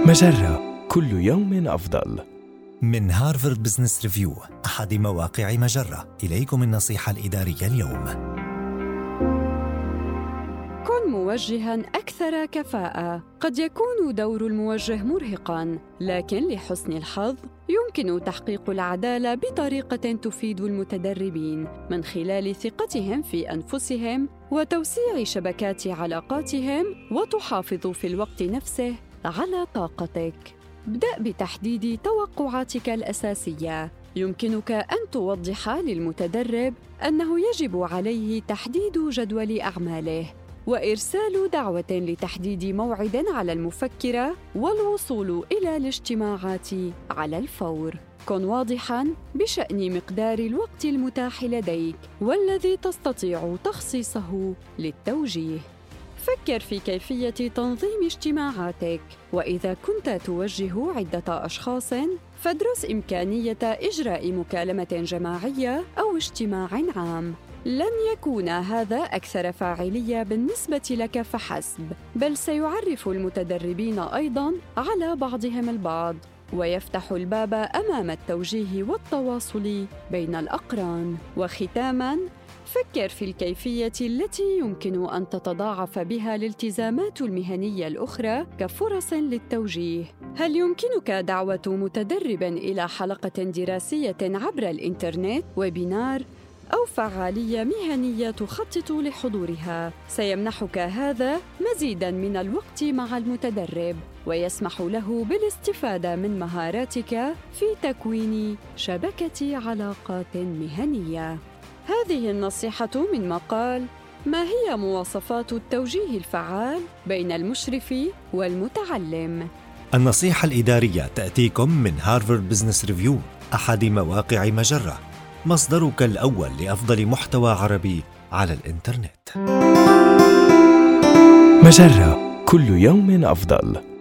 مجرة، كل يوم أفضل. من هارفارد بزنس ريفيو، أحد مواقع مجرة، إليكم النصيحة الإدارية اليوم. كن موجهاً أكثر كفاءة. قد يكون دور الموجه مرهقاً، لكن لحسن الحظ يمكن تحقيق العدالة بطريقة تفيد المتدربين من خلال ثقتهم في أنفسهم وتوسيع شبكات علاقاتهم، وتحافظ في الوقت نفسه على طاقتك. ابدأ بتحديد توقعاتك الأساسية. يمكنك أن توضح للمتدرب أنه يجب عليه تحديد جدول أعماله، وإرسال دعوة لتحديد موعد على المفكرة، والوصول إلى الاجتماعات على الفور. كن واضحاً بشأن مقدار الوقت المتاح لديك والذي تستطيع تخصيصه للتوجيه. فكر في كيفية تنظيم اجتماعاتك، وإذا كنت توجه عدة أشخاص فادرس إمكانية إجراء مكالمة جماعية أو اجتماع عام. لن يكون هذا أكثر فاعلية بالنسبة لك فحسب، بل سيعرف المتدربين أيضاً على بعضهم البعض، ويفتح الباب أمام التوجيه والتواصل بين الأقران. وختاماً، فكر في الكيفية التي يمكن أن تتضاعف بها الالتزامات المهنية الأخرى كفرص للتوجيه. هل يمكنك دعوة متدرب إلى حلقة دراسية عبر الإنترنت، ويبينار، أو فعالية مهنية تخطط لحضورها؟ سيمنحك هذا مزيداً من الوقت مع المتدرب، ويسمح له بالاستفادة من مهاراتك في تكوين شبكة علاقات مهنية. هذه النصيحة من مقال "ما هي مواصفات التوجيه الفعال بين المشرف والمتعلم". النصيحة الإدارية تأتيكم من هارفارد بزنس ريفيو، أحد مواقع مجرة، مصدرك الأول لأفضل محتوى عربي على الإنترنت. مجرة، كل يوم أفضل.